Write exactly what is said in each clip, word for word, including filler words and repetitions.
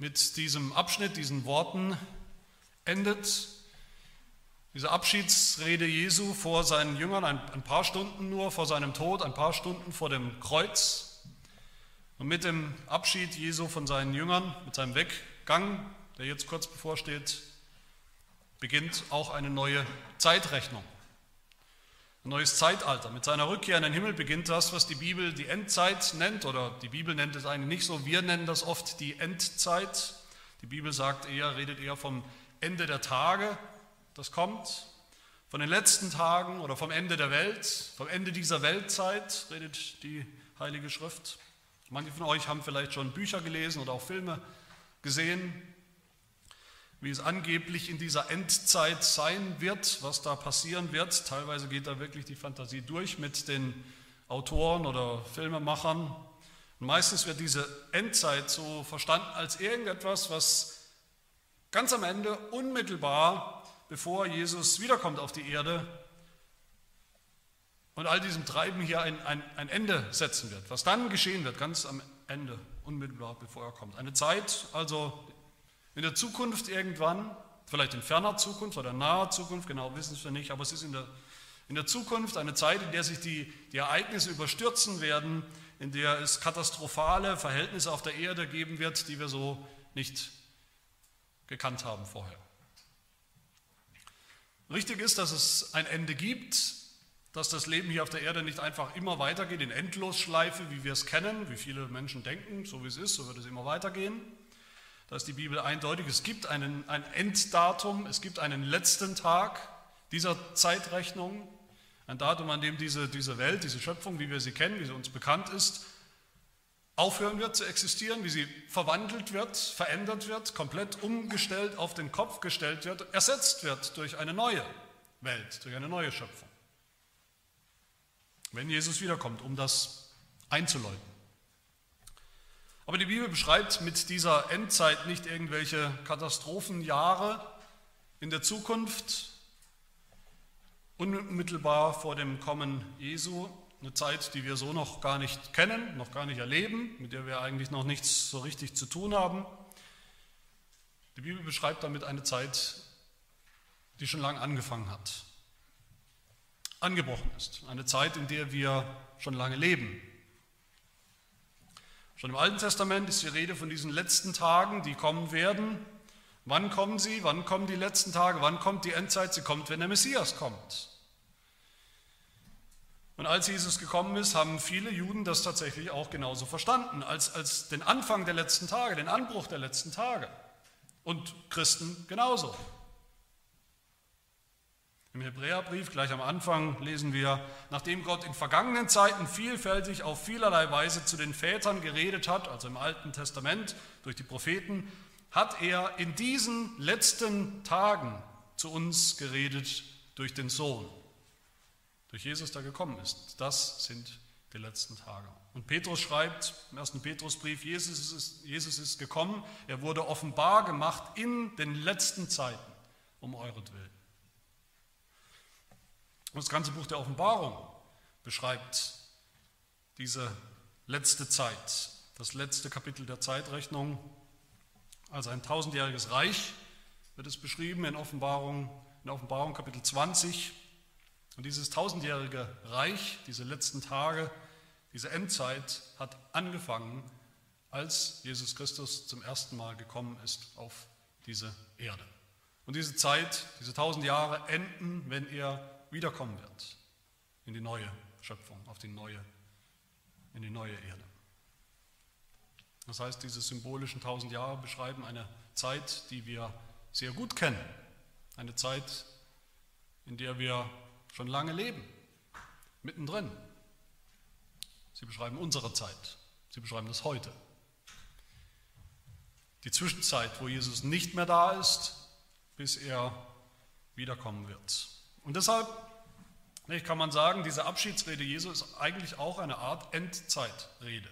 mit diesem Abschnitt, diesen Worten endet diese Abschiedsrede Jesu vor seinen Jüngern, ein, ein paar Stunden nur vor seinem Tod, ein paar Stunden vor dem Kreuz. Und mit dem Abschied Jesu von seinen Jüngern, mit seinem Weggang, der jetzt kurz bevorsteht, beginnt auch eine neue Zeitrechnung, ein neues Zeitalter. Mit seiner Rückkehr in den Himmel beginnt das, was die Bibel die Endzeit nennt, oder die Bibel nennt es eigentlich nicht so, wir nennen das oft die Endzeit. Die Bibel sagt eher, redet eher vom Ende der Tage, das kommt, von den letzten Tagen oder vom Ende der Welt, vom Ende dieser Weltzeit redet die Heilige Schrift. Manche von euch haben vielleicht schon Bücher gelesen oder auch Filme gesehen, wie es angeblich in dieser Endzeit sein wird, was da passieren wird. Teilweise geht da wirklich die Fantasie durch mit den Autoren oder Filmemachern. Und meistens wird diese Endzeit so verstanden als irgendetwas, was ganz am Ende, unmittelbar, bevor Jesus wiederkommt auf die Erde und all diesem Treiben hier ein, ein, ein Ende setzen wird. Was dann geschehen wird, ganz am Ende, unmittelbar bevor er kommt. Eine Zeit, also in der Zukunft irgendwann, vielleicht in ferner Zukunft oder naher Zukunft, genau wissen wir nicht, aber es ist in der, in der Zukunft eine Zeit, in der sich die, die Ereignisse überstürzen werden, in der es katastrophale Verhältnisse auf der Erde geben wird, die wir so nicht gekannt haben vorher. Richtig ist, dass es ein Ende gibt, dass das Leben hier auf der Erde nicht einfach immer weitergeht in Endlosschleife, wie wir es kennen, wie viele Menschen denken, so wie es ist, so wird es immer weitergehen. Da ist die Bibel eindeutig, es gibt einen, ein Enddatum, es gibt einen letzten Tag dieser Zeitrechnung, ein Datum, an dem diese, diese Welt, diese Schöpfung, wie wir sie kennen, wie sie uns bekannt ist, aufhören wird zu existieren, wie sie verwandelt wird, verändert wird, komplett umgestellt, auf den Kopf gestellt wird, ersetzt wird durch eine neue Welt, durch eine neue Schöpfung. Wenn Jesus wiederkommt, um das einzuläuten. Aber die Bibel beschreibt mit dieser Endzeit nicht irgendwelche Katastrophenjahre in der Zukunft, unmittelbar vor dem Kommen Jesu, eine Zeit, die wir so noch gar nicht kennen, noch gar nicht erleben, mit der wir eigentlich noch nichts so richtig zu tun haben. Die Bibel beschreibt damit eine Zeit, die schon lange angefangen hat, angebrochen ist. Eine Zeit, in der wir schon lange leben. Schon im Alten Testament ist die Rede von diesen letzten Tagen, die kommen werden. Wann kommen sie? Wann kommen die letzten Tage? Wann kommt die Endzeit? Sie kommt, wenn der Messias kommt. Und als Jesus gekommen ist, haben viele Juden das tatsächlich auch genauso verstanden, als, als den Anfang der letzten Tage, den Anbruch der letzten Tage. Und Christen genauso. Im Hebräerbrief, gleich am Anfang, lesen wir, nachdem Gott in vergangenen Zeiten vielfältig auf vielerlei Weise zu den Vätern geredet hat, also im Alten Testament durch die Propheten, hat er in diesen letzten Tagen zu uns geredet durch den Sohn. Durch Jesus, der gekommen ist. Das sind die letzten Tage. Und Petrus schreibt im ersten Petrusbrief, Jesus ist, Jesus ist gekommen, er wurde offenbar gemacht in den letzten Zeiten, um euretwillen. Und das ganze Buch der Offenbarung beschreibt diese letzte Zeit, das letzte Kapitel der Zeitrechnung, also ein tausendjähriges Reich wird es beschrieben in Offenbarung, in Offenbarung Kapitel zwanzig. Und dieses tausendjährige Reich, diese letzten Tage, diese Endzeit hat angefangen, als Jesus Christus zum ersten Mal gekommen ist auf diese Erde. Und diese Zeit, diese tausend Jahre enden, wenn er wiederkommen wird in die neue Schöpfung, auf die neue, in die neue Erde. Das heißt, diese symbolischen tausend Jahre beschreiben eine Zeit, die wir sehr gut kennen. Eine Zeit, in der wir schon lange leben, mittendrin. Sie beschreiben unsere Zeit, sie beschreiben das Heute. Die Zwischenzeit, wo Jesus nicht mehr da ist, bis er wiederkommen wird. Und deshalb kann man sagen, diese Abschiedsrede Jesu ist eigentlich auch eine Art Endzeitrede.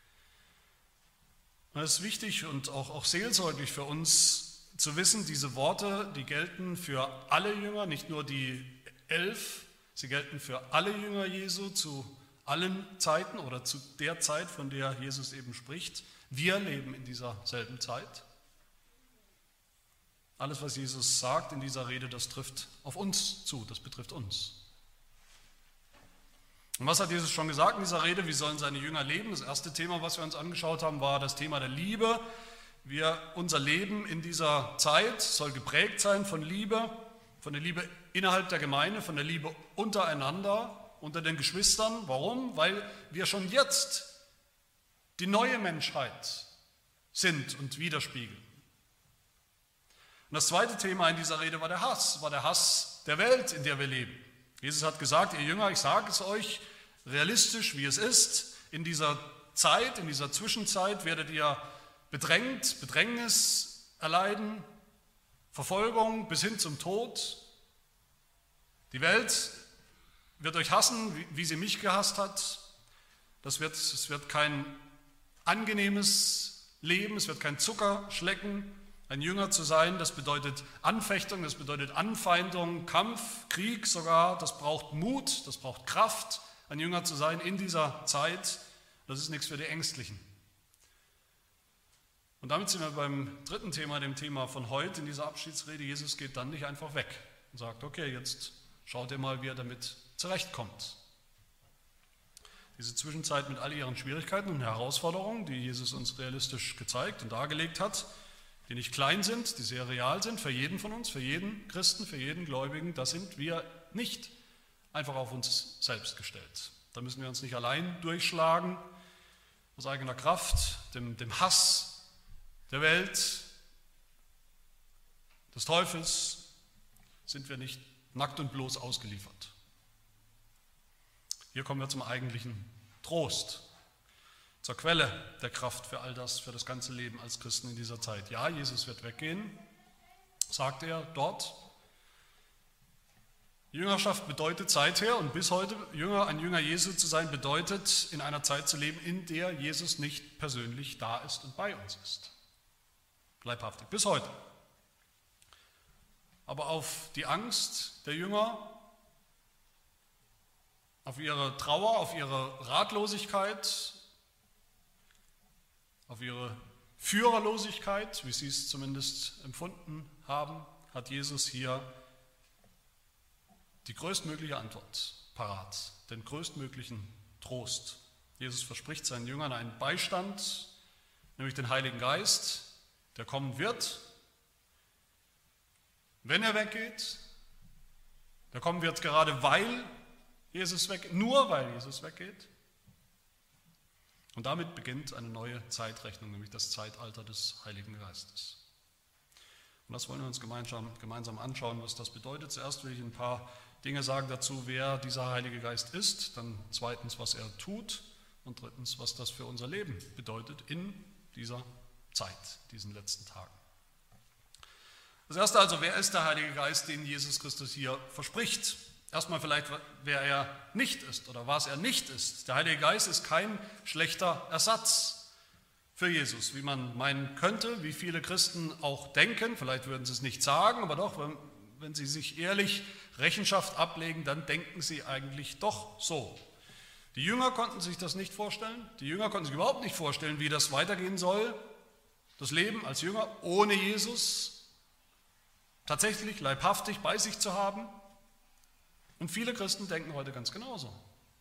Und es ist wichtig und auch, auch seelsorglich für uns zu wissen, diese Worte, die gelten für alle Jünger, nicht nur die elf, sie gelten für alle Jünger Jesu zu allen Zeiten oder zu der Zeit, von der Jesus eben spricht. Wir leben in dieser selben Zeit. Alles, was Jesus sagt in dieser Rede, das trifft auf uns zu, das betrifft uns. Und was hat Jesus schon gesagt in dieser Rede? Wie sollen seine Jünger leben? Das erste Thema, was wir uns angeschaut haben, war das Thema der Liebe. Wir, unser Leben in dieser Zeit soll geprägt sein von Liebe, von der Liebe innerhalb der Gemeinde, von der Liebe untereinander, unter den Geschwistern. Warum? Weil wir schon jetzt die neue Menschheit sind und widerspiegeln. Und das zweite Thema in dieser Rede war der Hass, war der Hass der Welt, in der wir leben. Jesus hat gesagt, ihr Jünger, ich sage es euch realistisch, wie es ist, in dieser Zeit, in dieser Zwischenzeit werdet ihr bedrängt, Bedrängnis erleiden, Verfolgung bis hin zum Tod. Die Welt wird euch hassen, wie, wie sie mich gehasst hat. Das wird, es wird kein angenehmes Leben, es wird kein Zuckerschlecken. Ein Jünger zu sein, das bedeutet Anfechtung, das bedeutet Anfeindung, Kampf, Krieg sogar. Das braucht Mut, das braucht Kraft, ein Jünger zu sein in dieser Zeit. Das ist nichts für die Ängstlichen. Und damit sind wir beim dritten Thema, dem Thema von heute in dieser Abschiedsrede. Jesus geht dann nicht einfach weg und sagt, okay, jetzt schaut ihr mal, wie er damit zurechtkommt. Diese Zwischenzeit mit all ihren Schwierigkeiten und Herausforderungen, die Jesus uns realistisch gezeigt und dargelegt hat, die nicht klein sind, die sehr real sind für jeden von uns, für jeden Christen, für jeden Gläubigen, da sind wir nicht einfach auf uns selbst gestellt. Da müssen wir uns nicht allein durchschlagen, aus eigener Kraft, dem, dem Hass der Welt, des Teufels, sind wir nicht nackt und bloß ausgeliefert. Hier kommen wir zum eigentlichen Trost, zur Quelle der Kraft für all das, für das ganze Leben als Christen in dieser Zeit. Ja, Jesus wird weggehen, sagt er dort. Jüngerschaft bedeutet seither und bis heute, Jünger, ein Jünger Jesu zu sein, bedeutet, in einer Zeit zu leben, in der Jesus nicht persönlich da ist und bei uns ist. Leibhaftig, bis heute. Aber auf die Angst der Jünger, auf ihre Trauer, auf ihre Ratlosigkeit, auf ihre Führerlosigkeit, wie sie es zumindest empfunden haben, hat Jesus hier die größtmögliche Antwort parat, den größtmöglichen Trost. Jesus verspricht seinen Jüngern einen Beistand, nämlich den Heiligen Geist, der kommen wird, wenn er weggeht. Der kommen wird gerade weil Jesus weggeht, nur weil Jesus weggeht. Und damit beginnt eine neue Zeitrechnung, nämlich das Zeitalter des Heiligen Geistes. Und das wollen wir uns gemeinsam, gemeinsam anschauen, was das bedeutet. Zuerst will ich ein paar Dinge sagen dazu, wer dieser Heilige Geist ist, dann zweitens, was er tut und drittens, was das für unser Leben bedeutet in dieser Zeit, diesen letzten Tagen. Das erste also, wer ist der Heilige Geist, den Jesus Christus hier verspricht? Erstmal vielleicht, wer er nicht ist oder was er nicht ist. Der Heilige Geist ist kein schlechter Ersatz für Jesus, wie man meinen könnte, wie viele Christen auch denken. Vielleicht würden sie es nicht sagen, aber doch, wenn, wenn sie sich ehrlich Rechenschaft ablegen, dann denken sie eigentlich doch so. Die Jünger konnten sich das nicht vorstellen. Die Jünger konnten sich überhaupt nicht vorstellen, wie das weitergehen soll, das Leben als Jünger ohne Jesus tatsächlich leibhaftig bei sich zu haben. Und viele Christen denken heute ganz genauso,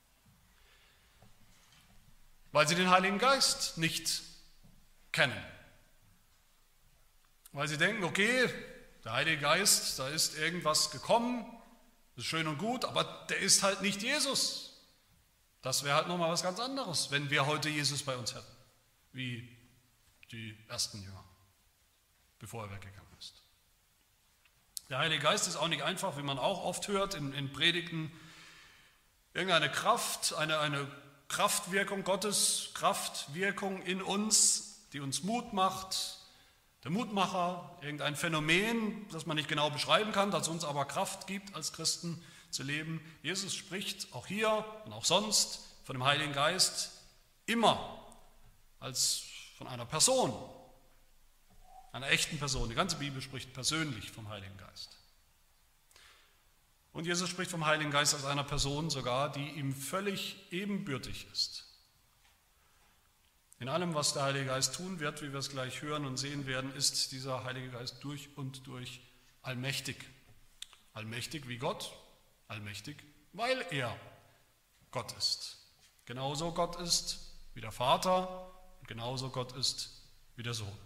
weil sie den Heiligen Geist nicht kennen. Weil sie denken, okay, der Heilige Geist, da ist irgendwas gekommen, das ist schön und gut, aber der ist halt nicht Jesus. Das wäre halt nochmal was ganz anderes, wenn wir heute Jesus bei uns hätten, wie die ersten Jünger, bevor er weggegangen ist. Der Heilige Geist ist auch nicht einfach, wie man auch oft hört in, in Predigten, irgendeine Kraft, eine, eine Kraftwirkung, Gottes Kraftwirkung in uns, die uns Mut macht. Der Mutmacher, irgendein Phänomen, das man nicht genau beschreiben kann, das uns aber Kraft gibt, als Christen zu leben. Jesus spricht auch hier und auch sonst von dem Heiligen Geist immer als von einer Person, einer echten Person. Die ganze Bibel spricht persönlich vom Heiligen Geist. Und Jesus spricht vom Heiligen Geist als einer Person sogar, die ihm völlig ebenbürtig ist. In allem, was der Heilige Geist tun wird, wie wir es gleich hören und sehen werden, ist dieser Heilige Geist durch und durch allmächtig. Allmächtig wie Gott, allmächtig, weil er Gott ist. Genauso Gott ist wie der Vater und genauso Gott ist wie der Sohn.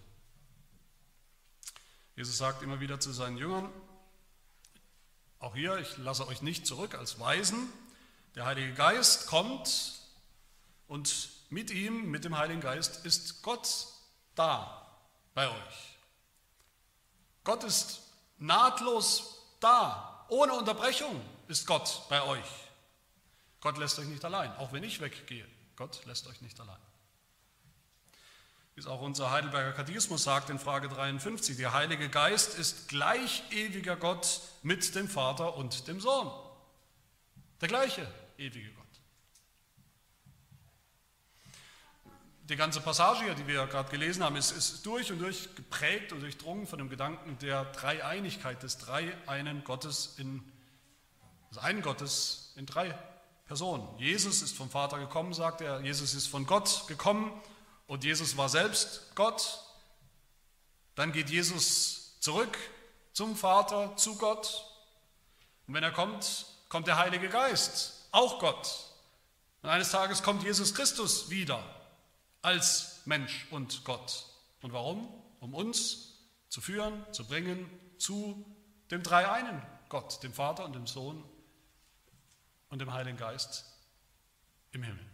Jesus sagt immer wieder zu seinen Jüngern, auch hier, ich lasse euch nicht zurück als Weisen. Der Heilige Geist kommt und mit ihm, mit dem Heiligen Geist, ist Gott da bei euch. Gott ist nahtlos da, ohne Unterbrechung ist Gott bei euch. Gott lässt euch nicht allein, auch wenn ich weggehe. Gott lässt euch nicht allein. Wie es auch unser Heidelberger Katechismus sagt in Frage dreiundfünfzig, der Heilige Geist ist gleich ewiger Gott mit dem Vater und dem Sohn. Der gleiche ewige Gott. Die ganze Passage hier, die wir gerade gelesen haben, ist, ist durch und durch geprägt und durchdrungen von dem Gedanken der Dreieinigkeit, des Dreieinen Gottes in, des einen Gottes in drei Personen. Jesus ist vom Vater gekommen, sagt er, Jesus ist von Gott gekommen und Jesus war selbst Gott. Dann geht Jesus zurück zum Vater, zu Gott. Und wenn er kommt, kommt der Heilige Geist, auch Gott. Und eines Tages kommt Jesus Christus wieder als Mensch und Gott. Und warum? Um uns zu führen, zu bringen zu dem Dreieinen Gott, dem Vater und dem Sohn und dem Heiligen Geist im Himmel.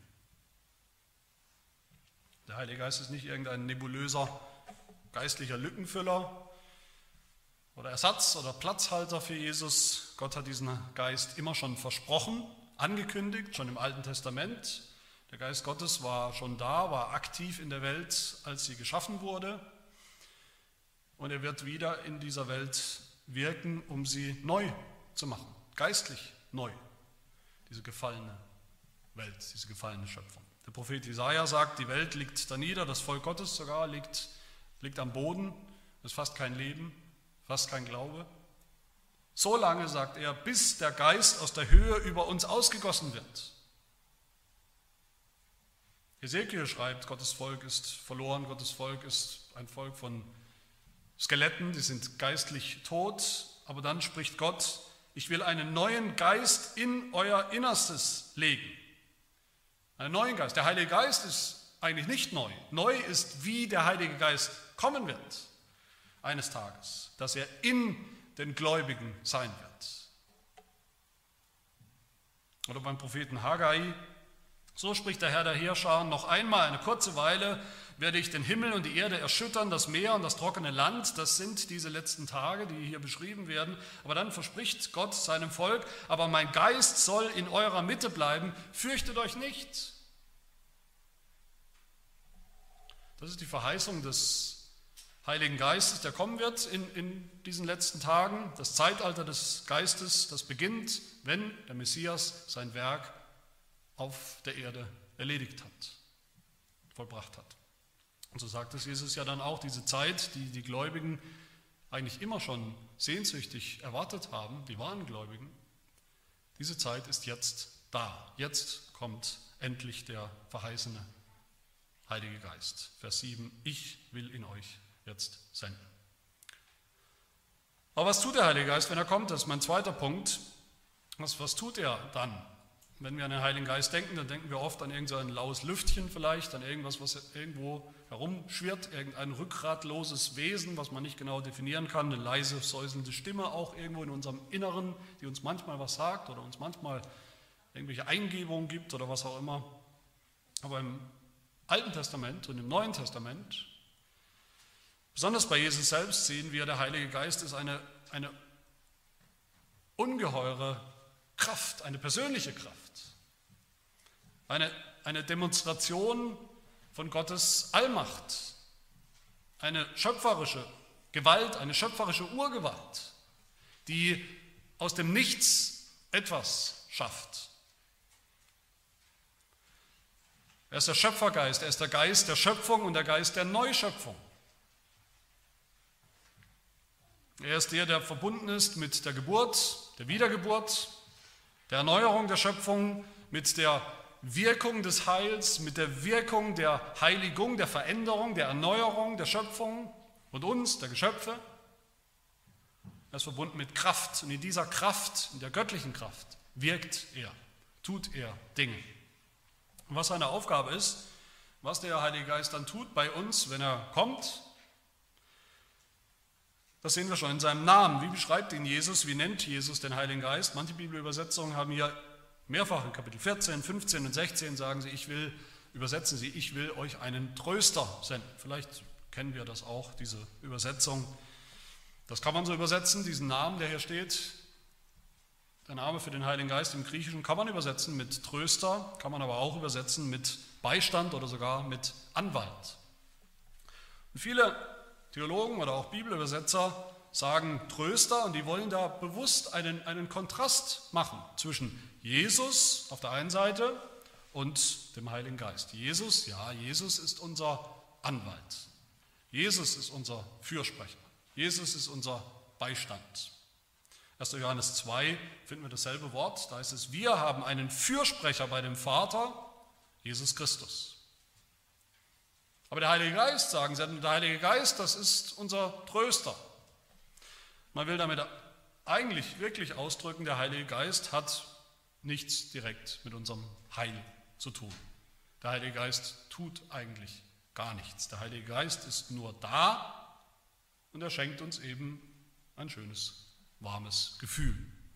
Der Heilige Geist ist nicht irgendein nebulöser geistlicher Lückenfüller oder Ersatz oder Platzhalter für Jesus. Gott hat diesen Geist immer schon versprochen, angekündigt, schon im Alten Testament. Der Geist Gottes war schon da, war aktiv in der Welt, als sie geschaffen wurde. Und er wird wieder in dieser Welt wirken, um sie neu zu machen, geistlich neu. Diese gefallene Welt, diese gefallene Schöpfung. Der Prophet Jesaja sagt, die Welt liegt da nieder, das Volk Gottes sogar liegt, liegt am Boden, es ist fast kein Leben, fast kein Glaube. So lange, sagt er, bis der Geist aus der Höhe über uns ausgegossen wird. Hesekiel schreibt, Gottes Volk ist verloren, Gottes Volk ist ein Volk von Skeletten, die sind geistlich tot, aber dann spricht Gott, ich will einen neuen Geist in euer Innerstes legen. Einen neuen Geist. Der Heilige Geist ist eigentlich nicht neu. Neu ist, wie der Heilige Geist kommen wird eines Tages, dass er in den Gläubigen sein wird. Oder beim Propheten Haggai, so spricht der Herr der Heerscharen, noch einmal eine kurze Weile werde ich den Himmel und die Erde erschüttern, das Meer und das trockene Land, das sind diese letzten Tage, die hier beschrieben werden. Aber dann verspricht Gott seinem Volk, aber mein Geist soll in eurer Mitte bleiben, fürchtet euch nicht. Das ist die Verheißung des Heiligen Geistes, der kommen wird in, in diesen letzten Tagen. Das Zeitalter des Geistes, das beginnt, wenn der Messias sein Werk auf der Erde erledigt hat, vollbracht hat. Und so sagt es Jesus ja dann auch, diese Zeit, die die Gläubigen eigentlich immer schon sehnsüchtig erwartet haben, die wahren Gläubigen, diese Zeit ist jetzt da. Jetzt kommt endlich der verheißene Heilige Geist. Vers sieben, ich will in euch jetzt senden. Aber was tut der Heilige Geist, wenn er kommt? Das ist mein zweiter Punkt. Was, was tut er dann? Wenn wir an den Heiligen Geist denken, dann denken wir oft an irgendein laues Lüftchen vielleicht, an irgendwas, was irgendwo herumschwirrt, irgendein rückgratloses Wesen, was man nicht genau definieren kann, eine leise, säuselnde Stimme auch irgendwo in unserem Inneren, die uns manchmal was sagt oder uns manchmal irgendwelche Eingebungen gibt oder was auch immer. Aber im Alten Testament und im Neuen Testament, besonders bei Jesus selbst, sehen wir, der Heilige Geist ist eine, eine ungeheure Kraft, eine persönliche Kraft, eine, eine Demonstration von Gottes Allmacht, eine schöpferische Gewalt, eine schöpferische Urgewalt, die aus dem Nichts etwas schafft. Er ist der Schöpfergeist, er ist der Geist der Schöpfung und der Geist der Neuschöpfung. Er ist der, der verbunden ist mit der Geburt, der Wiedergeburt, der Erneuerung der Schöpfung, mit der Wirkung des Heils, mit der Wirkung der Heiligung, der Veränderung, der Erneuerung, der Schöpfung und uns, der Geschöpfe. Er ist verbunden mit Kraft und in dieser Kraft, in der göttlichen Kraft, wirkt er, tut er Dinge. Und was seine Aufgabe ist, was der Heilige Geist dann tut bei uns, wenn er kommt, das sehen wir schon in seinem Namen. Wie beschreibt ihn Jesus, wie nennt Jesus den Heiligen Geist? Manche Bibelübersetzungen haben hier mehrfach in Kapitel vierzehn, fünfzehn und sechzehn sagen sie, ich will, übersetzen sie, ich will euch einen Tröster senden. Vielleicht kennen wir das auch, diese Übersetzung. Das kann man so übersetzen, diesen Namen, der hier steht. Der Name für den Heiligen Geist im Griechischen kann man übersetzen mit Tröster, kann man aber auch übersetzen mit Beistand oder sogar mit Anwalt. Und viele Theologen oder auch Bibelübersetzer sagen Tröster und die wollen da bewusst einen, einen Kontrast machen zwischen Jesus auf der einen Seite und dem Heiligen Geist. Jesus, ja, Jesus ist unser Anwalt. Jesus ist unser Fürsprecher. Jesus ist unser Beistand. erster Johannes zwei finden wir dasselbe Wort, da heißt es, wir haben einen Fürsprecher bei dem Vater, Jesus Christus. Aber der Heilige Geist, sagen sie, der Heilige Geist, das ist unser Tröster. Man will damit eigentlich wirklich ausdrücken, der Heilige Geist hat nichts direkt mit unserem Heil zu tun. Der Heilige Geist tut eigentlich gar nichts. Der Heilige Geist ist nur da und er schenkt uns eben ein schönes, warmes Gefühl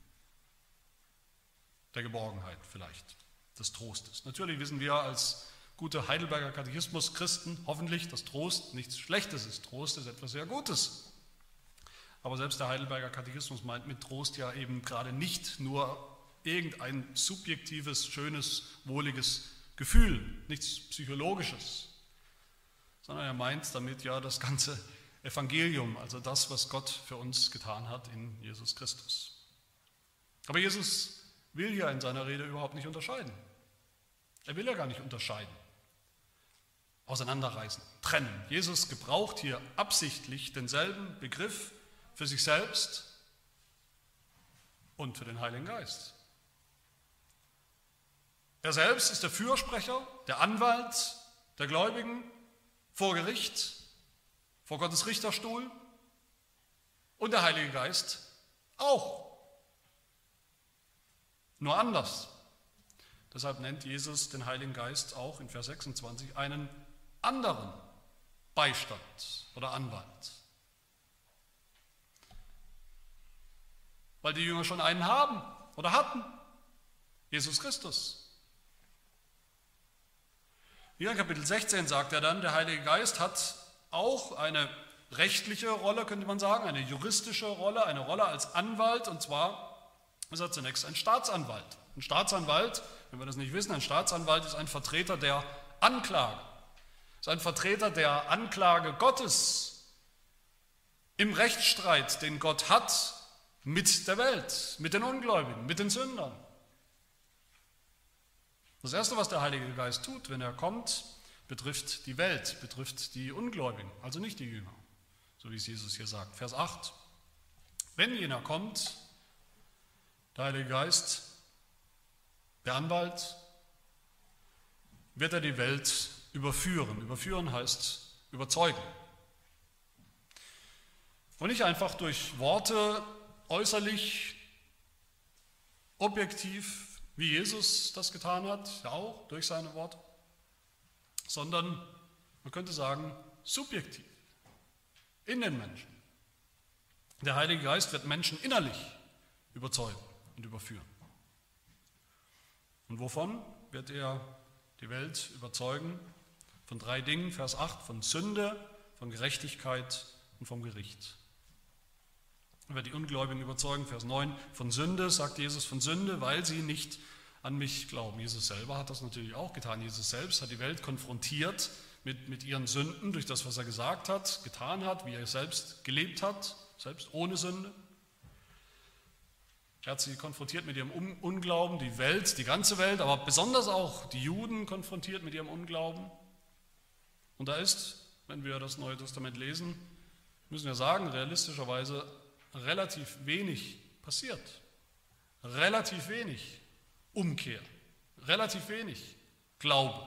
der Geborgenheit vielleicht, des Trostes. Natürlich wissen wir als gute Heidelberger Katechismus-Christen hoffentlich, dass Trost nichts Schlechtes ist. Trost ist etwas sehr Gutes. Aber selbst der Heidelberger Katechismus meint mit Trost ja eben gerade nicht nur irgendein subjektives, schönes, wohliges Gefühl, nichts Psychologisches, sondern er meint damit ja das ganze Evangelium, also das, was Gott für uns getan hat in Jesus Christus. Aber Jesus will ja in seiner Rede überhaupt nicht unterscheiden. Er will ja gar nicht unterscheiden, auseinanderreißen, trennen. Jesus gebraucht hier absichtlich denselben Begriff für sich selbst und für den Heiligen Geist. Er selbst ist der Fürsprecher, der Anwalt der Gläubigen vor Gericht, vor Gottes Richterstuhl und der Heilige Geist auch. Nur anders. Deshalb nennt Jesus den Heiligen Geist auch in Vers sechsundzwanzig einen anderen Beistand oder Anwalt. Weil die Jünger schon einen haben oder hatten, Jesus Christus. Hier in Kapitel sechzehn sagt er dann, der Heilige Geist hat auch eine rechtliche Rolle, könnte man sagen, eine juristische Rolle, eine Rolle als Anwalt, und zwar ist er zunächst ein Staatsanwalt. Ein Staatsanwalt, wenn wir das nicht wissen, ein Staatsanwalt ist ein Vertreter der Anklage, ist ein Vertreter der Anklage Gottes im Rechtsstreit, den Gott hat mit der Welt, mit den Ungläubigen, mit den Sündern. Das Erste, was der Heilige Geist tut, wenn er kommt, betrifft die Welt, betrifft die Ungläubigen, also nicht die Jünger, so wie es Jesus hier sagt. Vers acht, wenn jener kommt, der Heilige Geist, der Anwalt, wird er die Welt überführen. Überführen heißt überzeugen. Und nicht einfach durch Worte äußerlich, objektiv, wie Jesus das getan hat, ja auch durch seine Worte, sondern man könnte sagen, subjektiv, in den Menschen. Der Heilige Geist wird Menschen innerlich überzeugen und überführen. Und wovon wird er die Welt überzeugen? Von drei Dingen, Vers acht, von Sünde, von Gerechtigkeit und vom Gericht. Er wird die Ungläubigen überzeugen, Vers neun, von Sünde, sagt Jesus, von Sünde, weil sie nicht an mich glauben. Jesus selber hat das natürlich auch getan. Jesus selbst hat die Welt konfrontiert mit, mit ihren Sünden durch das, was er gesagt hat, getan hat, wie er selbst gelebt hat, selbst ohne Sünde. Er hat sie konfrontiert mit ihrem Unglauben, die Welt, die ganze Welt, aber besonders auch die Juden konfrontiert mit ihrem Unglauben. Und da ist, wenn wir das Neue Testament lesen, müssen wir sagen, realistischerweise relativ wenig passiert. Relativ wenig Umkehr. relativ wenig Glaube.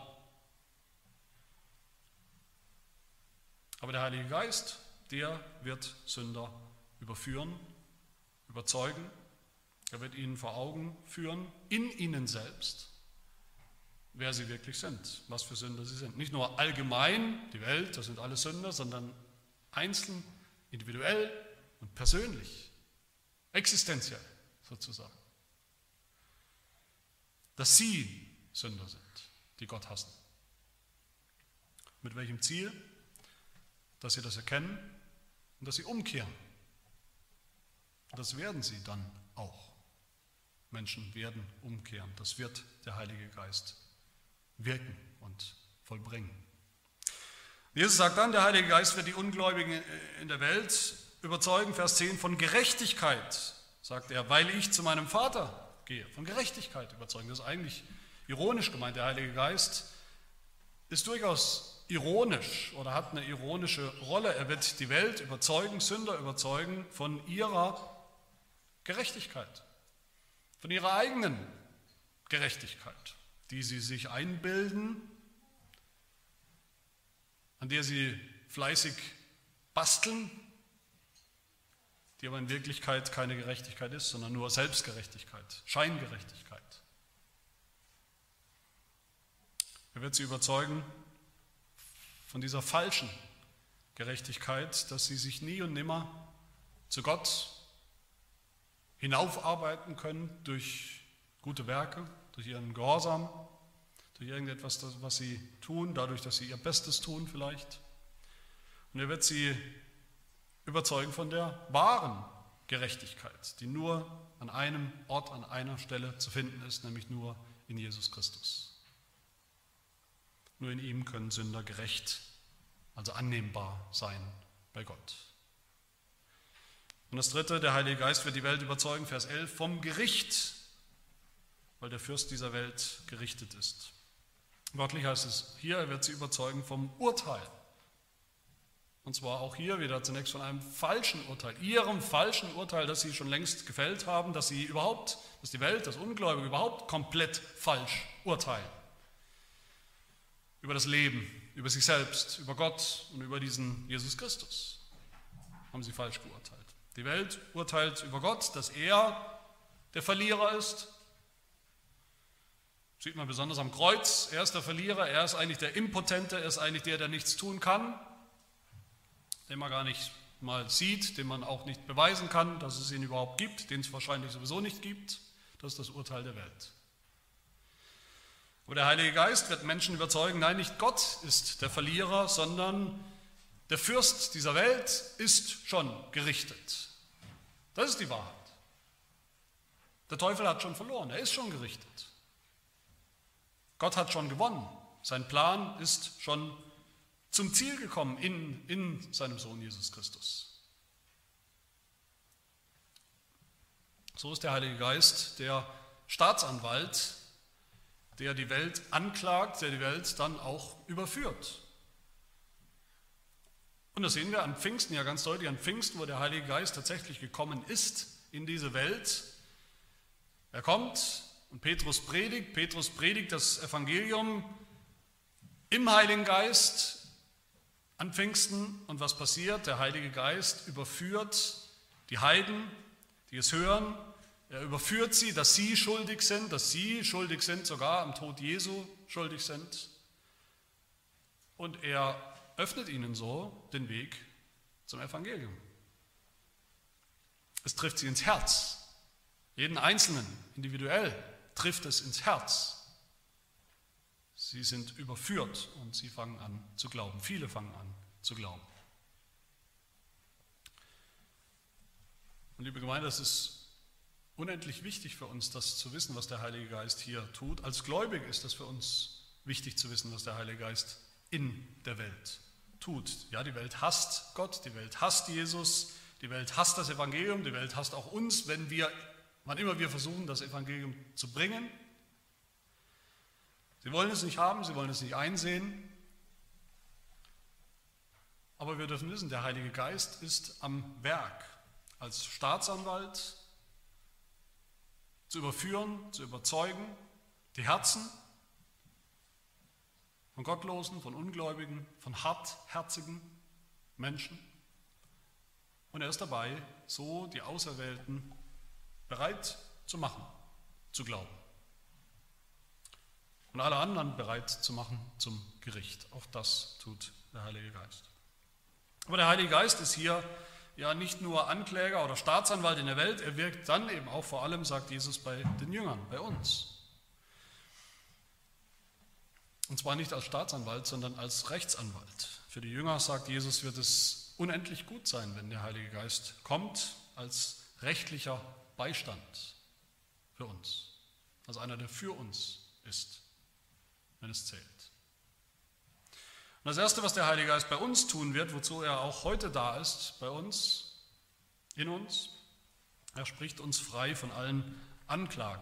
Aber der Heilige Geist, der wird Sünder überführen, überzeugen. Er wird ihnen vor Augen führen, in ihnen selbst, wer sie wirklich sind, was für Sünder sie sind. Nicht nur allgemein, die Welt, das sind alle Sünder, sondern einzeln, individuell und persönlich, existenziell sozusagen. Dass sie Sünder sind, die Gott hassen. Mit welchem Ziel? Dass sie das erkennen und dass sie umkehren. Und das werden sie dann auch. Menschen werden umkehren. Das wird der Heilige Geist wirken und vollbringen. Jesus sagt dann, der Heilige Geist wird die Ungläubigen in der Welt überzeugen, Vers zehn, von Gerechtigkeit, sagt er, weil ich zu meinem Vater gehe. Von Gerechtigkeit überzeugen. Das ist eigentlich ironisch gemeint. Der Heilige Geist ist durchaus ironisch oder hat eine ironische Rolle. Er wird die Welt überzeugen, Sünder überzeugen von ihrer Gerechtigkeit, von ihrer eigenen Gerechtigkeit, die sie sich einbilden, an der sie fleißig basteln, die aber in Wirklichkeit keine Gerechtigkeit ist, sondern nur Selbstgerechtigkeit, Scheingerechtigkeit. Er wird sie überzeugen von dieser falschen Gerechtigkeit, dass sie sich nie und nimmer zu Gott hinaufarbeiten können durch gute Werke, durch ihren Gehorsam, durch irgendetwas, was sie tun, dadurch, dass sie ihr Bestes tun vielleicht. Und er wird sie überzeugen von der wahren Gerechtigkeit, die nur an einem Ort, an einer Stelle zu finden ist, nämlich nur in Jesus Christus. Nur in ihm können Sünder gerecht, also annehmbar sein bei Gott. Und das Dritte, der Heilige Geist wird die Welt überzeugen, Vers elf, vom Gericht, weil der Fürst dieser Welt gerichtet ist. Wörtlich heißt es hier, er wird sie überzeugen vom Urteil. Und zwar auch hier wieder zunächst von einem falschen Urteil, ihrem falschen Urteil, das sie schon längst gefällt haben, dass sie überhaupt, dass die Welt, das Ungläubige überhaupt komplett falsch urteilen. Über das Leben, über sich selbst, über Gott und über diesen Jesus Christus haben sie falsch geurteilt. Die Welt urteilt über Gott, dass er der Verlierer ist. Sieht man besonders am Kreuz. Er ist der Verlierer, er ist eigentlich der Impotente, er ist eigentlich der, der nichts tun kann, den man gar nicht mal sieht, den man auch nicht beweisen kann, dass es ihn überhaupt gibt, den es wahrscheinlich sowieso nicht gibt. Das ist das Urteil der Welt. Aber der Heilige Geist wird Menschen überzeugen, nein, nicht Gott ist der Verlierer, sondern der Fürst dieser Welt ist schon gerichtet. Das ist die Wahrheit. Der Teufel hat schon verloren, er ist schon gerichtet. Gott hat schon gewonnen. Sein Plan ist schon zum Ziel gekommen in, in seinem Sohn Jesus Christus. So ist der Heilige Geist der Staatsanwalt, der die Welt anklagt, der die Welt dann auch überführt. Und das sehen wir an Pfingsten ja ganz deutlich, an Pfingsten, wo der Heilige Geist tatsächlich gekommen ist in diese Welt. Er kommt und Petrus predigt, Petrus predigt das Evangelium im Heiligen Geist an Pfingsten. Und was passiert? Der Heilige Geist überführt die Heiden, die es hören. Er überführt sie, dass sie schuldig sind, dass sie schuldig sind, sogar am Tod Jesu schuldig sind. Und er öffnet ihnen so den Weg zum Evangelium. Es trifft sie ins Herz. Jeden Einzelnen, individuell, trifft es ins Herz. Sie sind überführt und sie fangen an zu glauben. Viele fangen an zu glauben. Und liebe Gemeinde, das ist unendlich wichtig für uns, das zu wissen, was der Heilige Geist hier tut. Als Gläubige ist das für uns wichtig zu wissen, was der Heilige Geist in der Welt tut. Ja, die Welt hasst Gott, die Welt hasst Jesus, die Welt hasst das Evangelium, die Welt hasst auch uns, wenn wir, wann immer wir versuchen, das Evangelium zu bringen. Sie wollen es nicht haben, sie wollen es nicht einsehen. Aber wir dürfen wissen, der Heilige Geist ist am Werk als Staatsanwalt, zu überführen, zu überzeugen, die Herzen von Gottlosen, von Ungläubigen, von hartherzigen Menschen. Und er ist dabei, so die Auserwählten bereit zu machen, zu glauben. Und alle anderen bereit zu machen zum Gericht. Auch das tut der Heilige Geist. Aber der Heilige Geist ist hier ja nicht nur Ankläger oder Staatsanwalt in der Welt, er wirkt dann eben auch vor allem, sagt Jesus, bei den Jüngern, bei uns. Und zwar nicht als Staatsanwalt, sondern als Rechtsanwalt. Für die Jünger, sagt Jesus, wird es unendlich gut sein, wenn der Heilige Geist kommt als rechtlicher Beistand für uns. Also einer, der für uns ist, wenn es zählt. Und das Erste, was der Heilige Geist bei uns tun wird, wozu er auch heute da ist, bei uns, in uns, er spricht uns frei von allen Anklagen.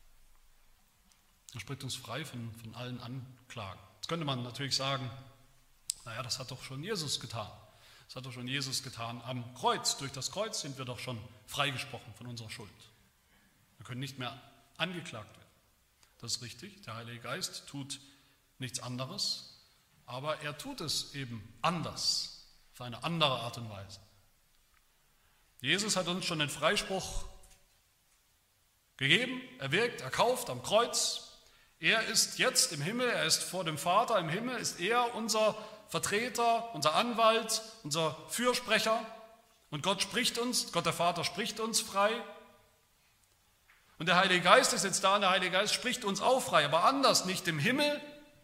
Er spricht uns frei von, von allen Anklagen. Jetzt könnte man natürlich sagen, naja, das hat doch schon Jesus getan. Das hat doch schon Jesus getan am Kreuz. Durch das Kreuz sind wir doch schon freigesprochen von unserer Schuld. Wir können nicht mehr angeklagt werden. Das ist richtig, der Heilige Geist tut nichts anderes, aber er tut es eben anders, auf eine andere Art und Weise. Jesus hat uns schon den Freispruch gegeben, erwirkt, erkauft am Kreuz. Er ist jetzt im Himmel, er ist vor dem Vater im Himmel, ist er unser Vertreter, unser Anwalt, unser Fürsprecher. Und Gott spricht uns, Gott der Vater spricht uns frei. Und der Heilige Geist ist jetzt da und der Heilige Geist spricht uns auch frei, aber anders, nicht im Himmel,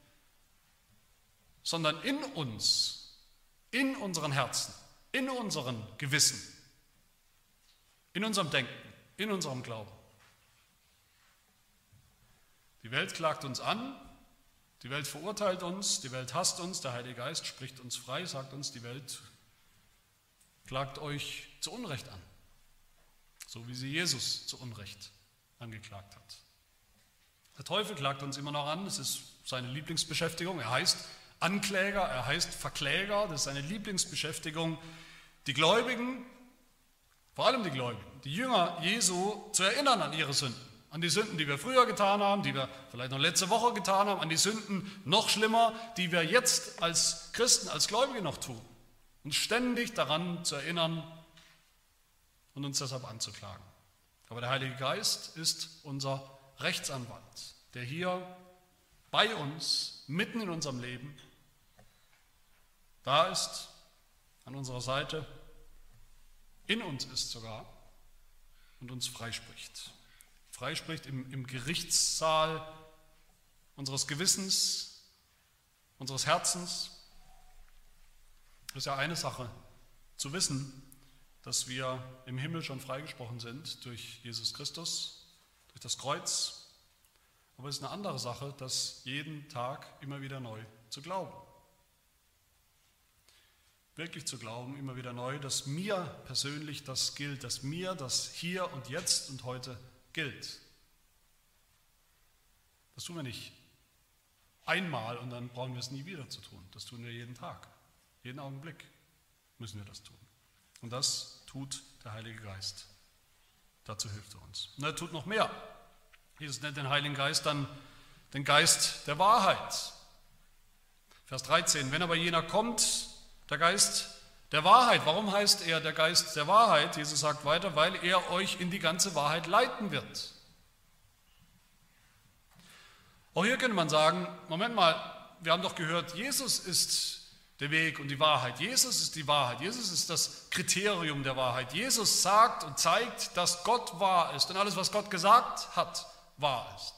sondern in uns, in unseren Herzen, in unserem Gewissen, in unserem Denken, in unserem Glauben. Die Welt klagt uns an, die Welt verurteilt uns, die Welt hasst uns, der Heilige Geist spricht uns frei, sagt uns, die Welt klagt euch zu Unrecht an, so wie sie Jesus zu Unrecht angeklagt hat. Der Teufel klagt uns immer noch an, das ist seine Lieblingsbeschäftigung, er heißt Ankläger, er heißt Verkläger, das ist seine Lieblingsbeschäftigung, die Gläubigen, vor allem die Gläubigen, die Jünger Jesu zu erinnern an ihre Sünden. An die Sünden, die wir früher getan haben, die wir vielleicht noch letzte Woche getan haben, an die Sünden noch schlimmer, die wir jetzt als Christen, als Gläubige noch tun. Uns ständig daran zu erinnern und uns deshalb anzuklagen. Aber der Heilige Geist ist unser Rechtsanwalt, der hier bei uns, mitten in unserem Leben, da ist, an unserer Seite, in uns ist sogar und uns freispricht. Freispricht im, im Gerichtssaal unseres Gewissens, unseres Herzens. Es ist ja eine Sache zu wissen, dass wir im Himmel schon freigesprochen sind durch Jesus Christus, durch das Kreuz. Aber es ist eine andere Sache, das jeden Tag immer wieder neu zu glauben. Wirklich zu glauben, immer wieder neu, dass mir persönlich das gilt, dass mir das hier und jetzt und heute gilt. Das tun wir nicht einmal und dann brauchen wir es nie wieder zu tun. Das tun wir jeden Tag. Jeden Augenblick müssen wir das tun. Und das tut der Heilige Geist. Dazu hilft er uns. Und er tut noch mehr. Jesus nennt den Heiligen Geist dann den Geist der Wahrheit. Vers dreizehn, wenn aber jener kommt, der Geist der Wahrheit. Warum heißt er der Geist der Wahrheit? Jesus sagt weiter, weil er euch in die ganze Wahrheit leiten wird. Auch hier könnte man sagen, Moment mal, wir haben doch gehört, Jesus ist der Weg und die Wahrheit. Jesus ist die Wahrheit. Jesus ist das Kriterium der Wahrheit. Jesus sagt und zeigt, dass Gott wahr ist und alles, was Gott gesagt hat, wahr ist.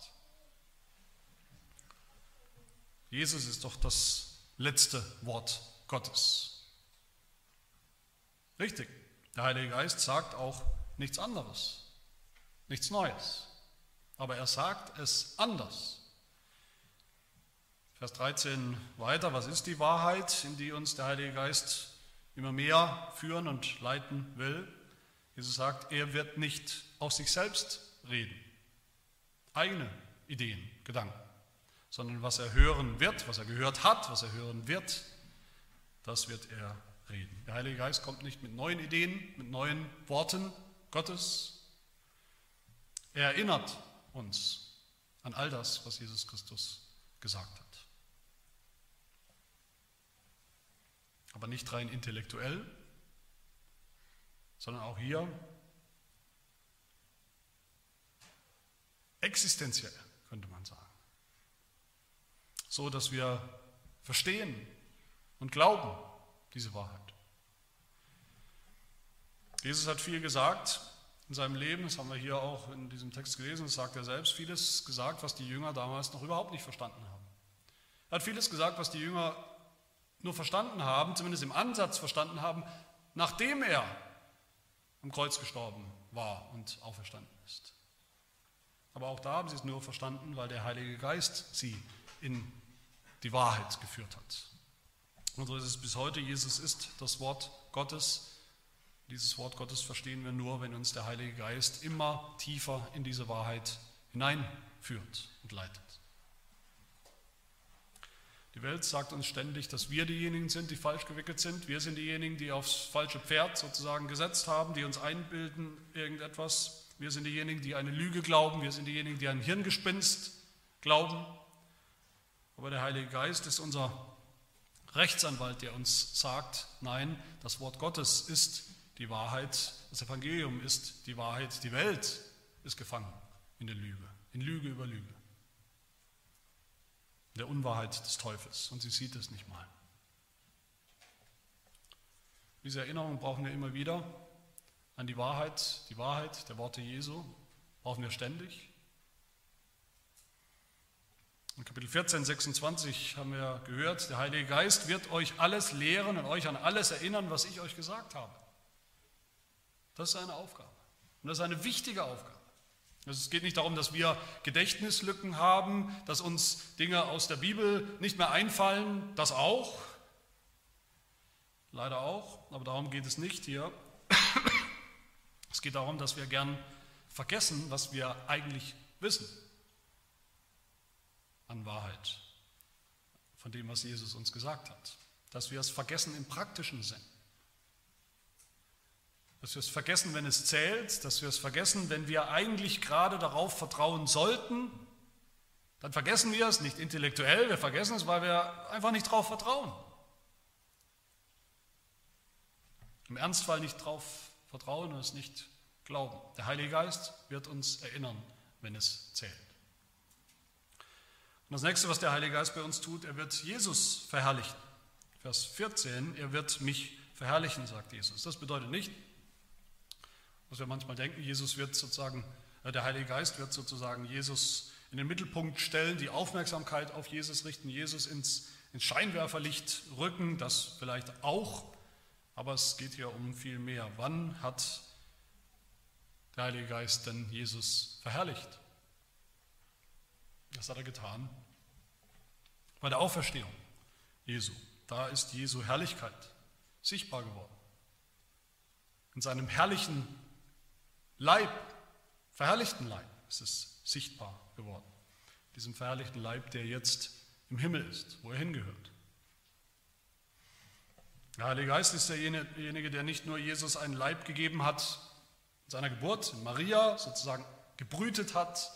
Jesus ist doch das letzte Wort Gottes. Richtig, der Heilige Geist sagt auch nichts anderes, nichts Neues, aber er sagt es anders. Vers dreizehn weiter, was ist die Wahrheit, in die uns der Heilige Geist immer mehr führen und leiten will? Jesus sagt, er wird nicht aus sich selbst reden, eigene Ideen, Gedanken, sondern was er hören wird, was er gehört hat, was er hören wird, das wird er reden. Der Heilige Geist kommt nicht mit neuen Ideen, mit neuen Worten Gottes. Er erinnert uns an all das, was Jesus Christus gesagt hat. Aber nicht rein intellektuell, sondern auch hier existenziell, könnte man sagen. So, dass wir verstehen und glauben diese Wahrheit. Jesus hat viel gesagt in seinem Leben, das haben wir hier auch in diesem Text gelesen, das sagt er selbst, vieles gesagt, was die Jünger damals noch überhaupt nicht verstanden haben. Er hat vieles gesagt, was die Jünger nur verstanden haben, zumindest im Ansatz verstanden haben, nachdem er am Kreuz gestorben war und auferstanden ist. Aber auch da haben sie es nur verstanden, weil der Heilige Geist sie in die Wahrheit geführt hat. Und so ist es bis heute, Jesus ist das Wort Gottes. Dieses Wort Gottes verstehen wir nur, wenn uns der Heilige Geist immer tiefer in diese Wahrheit hineinführt und leitet. Die Welt sagt uns ständig, dass wir diejenigen sind, die falsch gewickelt sind. Wir sind diejenigen, die aufs falsche Pferd sozusagen gesetzt haben, die uns einbilden irgendetwas. Wir sind diejenigen, die eine Lüge glauben. Wir sind diejenigen, die ein Hirngespinst glauben. Aber der Heilige Geist ist unser Rechtsanwalt, der uns sagt, nein, das Wort Gottes ist die Wahrheit, das Evangelium ist die Wahrheit, die Welt ist gefangen in der Lüge, in Lüge über Lüge, in der Unwahrheit des Teufels und sie sieht es nicht mal. Diese Erinnerung brauchen wir immer wieder an die Wahrheit, die Wahrheit der Worte Jesu, brauchen wir ständig. In Kapitel vierzehn, sechsundzwanzig haben wir gehört, der Heilige Geist wird euch alles lehren und euch an alles erinnern, was ich euch gesagt habe. Das ist eine Aufgabe. Und das ist eine wichtige Aufgabe. Also es geht nicht darum, dass wir Gedächtnislücken haben, dass uns Dinge aus der Bibel nicht mehr einfallen. Das auch. Leider auch. Aber darum geht es nicht hier. Es geht darum, dass wir gern vergessen, was wir eigentlich wissen an Wahrheit, von dem, was Jesus uns gesagt hat. Dass wir es vergessen im praktischen Sinn. Dass wir es vergessen, wenn es zählt, dass wir es vergessen, wenn wir eigentlich gerade darauf vertrauen sollten, dann vergessen wir es nicht intellektuell, wir vergessen es, weil wir einfach nicht darauf vertrauen. Im Ernstfall nicht darauf vertrauen und es nicht glauben. Der Heilige Geist wird uns erinnern, wenn es zählt. Und das nächste, was der Heilige Geist bei uns tut, er wird Jesus verherrlichen. Vers vierzehn, er wird mich verherrlichen, sagt Jesus. Das bedeutet nicht, was wir manchmal denken, Jesus wird sozusagen, der Heilige Geist wird sozusagen Jesus in den Mittelpunkt stellen, die Aufmerksamkeit auf Jesus richten, Jesus ins, ins Scheinwerferlicht rücken, das vielleicht auch, aber es geht hier um viel mehr. Wann hat der Heilige Geist denn Jesus verherrlicht? Das hat er getan bei der Auferstehung Jesu. Da ist Jesu Herrlichkeit sichtbar geworden. In seinem herrlichen Leib, verherrlichten Leib, ist es sichtbar geworden. Diesem verherrlichten Leib, der jetzt im Himmel ist, wo er hingehört. Der Heilige Geist ist derjenige, der nicht nur Jesus einen Leib gegeben hat in seiner Geburt, in Maria sozusagen gebrütet hat,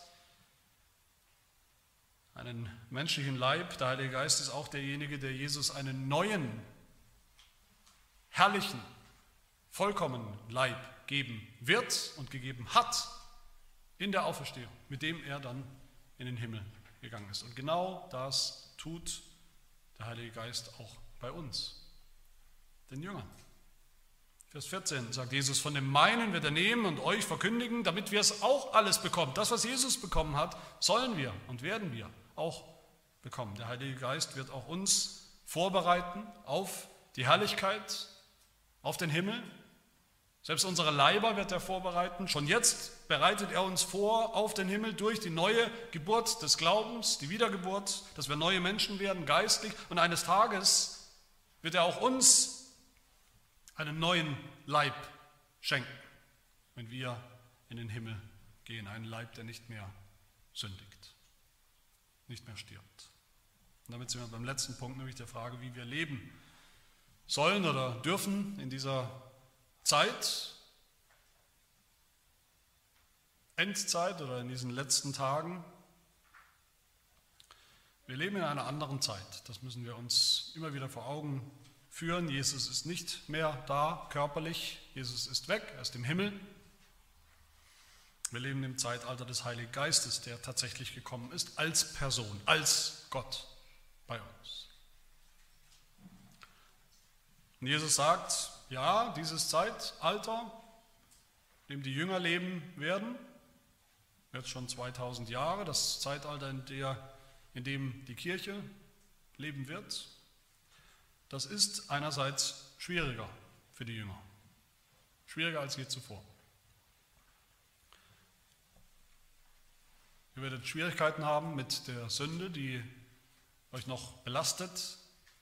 einen menschlichen Leib. Der Heilige Geist ist auch derjenige, der Jesus einen neuen, herrlichen, vollkommenen Leib geben wird und gegeben hat in der Auferstehung, mit dem er dann in den Himmel gegangen ist. Und genau das tut der Heilige Geist auch bei uns, den Jüngern. Vers vierzehn sagt Jesus, von dem meinen wird er nehmen und euch verkündigen, damit wir es auch alles bekommen. Das, was Jesus bekommen hat, sollen wir und werden wir auch bekommen. Der Heilige Geist wird auch uns vorbereiten auf die Herrlichkeit, auf den Himmel. Selbst unsere Leiber wird er vorbereiten. Schon jetzt bereitet er uns vor auf den Himmel durch die neue Geburt des Glaubens, die Wiedergeburt, dass wir neue Menschen werden, geistlich. Und eines Tages wird er auch uns einen neuen Leib schenken, wenn wir in den Himmel gehen. Einen Leib, der nicht mehr sündigt, nicht mehr stirbt. Und damit sind wir beim letzten Punkt, nämlich der Frage, wie wir leben sollen oder dürfen in dieser Zeit, Endzeit oder in diesen letzten Tagen. Wir leben in einer anderen Zeit. Das müssen wir uns immer wieder vor Augen führen. Jesus ist nicht mehr da, körperlich. Jesus ist weg, er ist im Himmel. Wir leben im Zeitalter des Heiligen Geistes, der tatsächlich gekommen ist, als Person, als Gott bei uns. Und Jesus sagt, ja, dieses Zeitalter, in dem die Jünger leben werden, jetzt schon zweitausend Jahre, das Zeitalter, in, der, in dem die Kirche leben wird, das ist einerseits schwieriger für die Jünger, schwieriger als je zuvor. Ihr werdet Schwierigkeiten haben mit der Sünde, die euch noch belastet,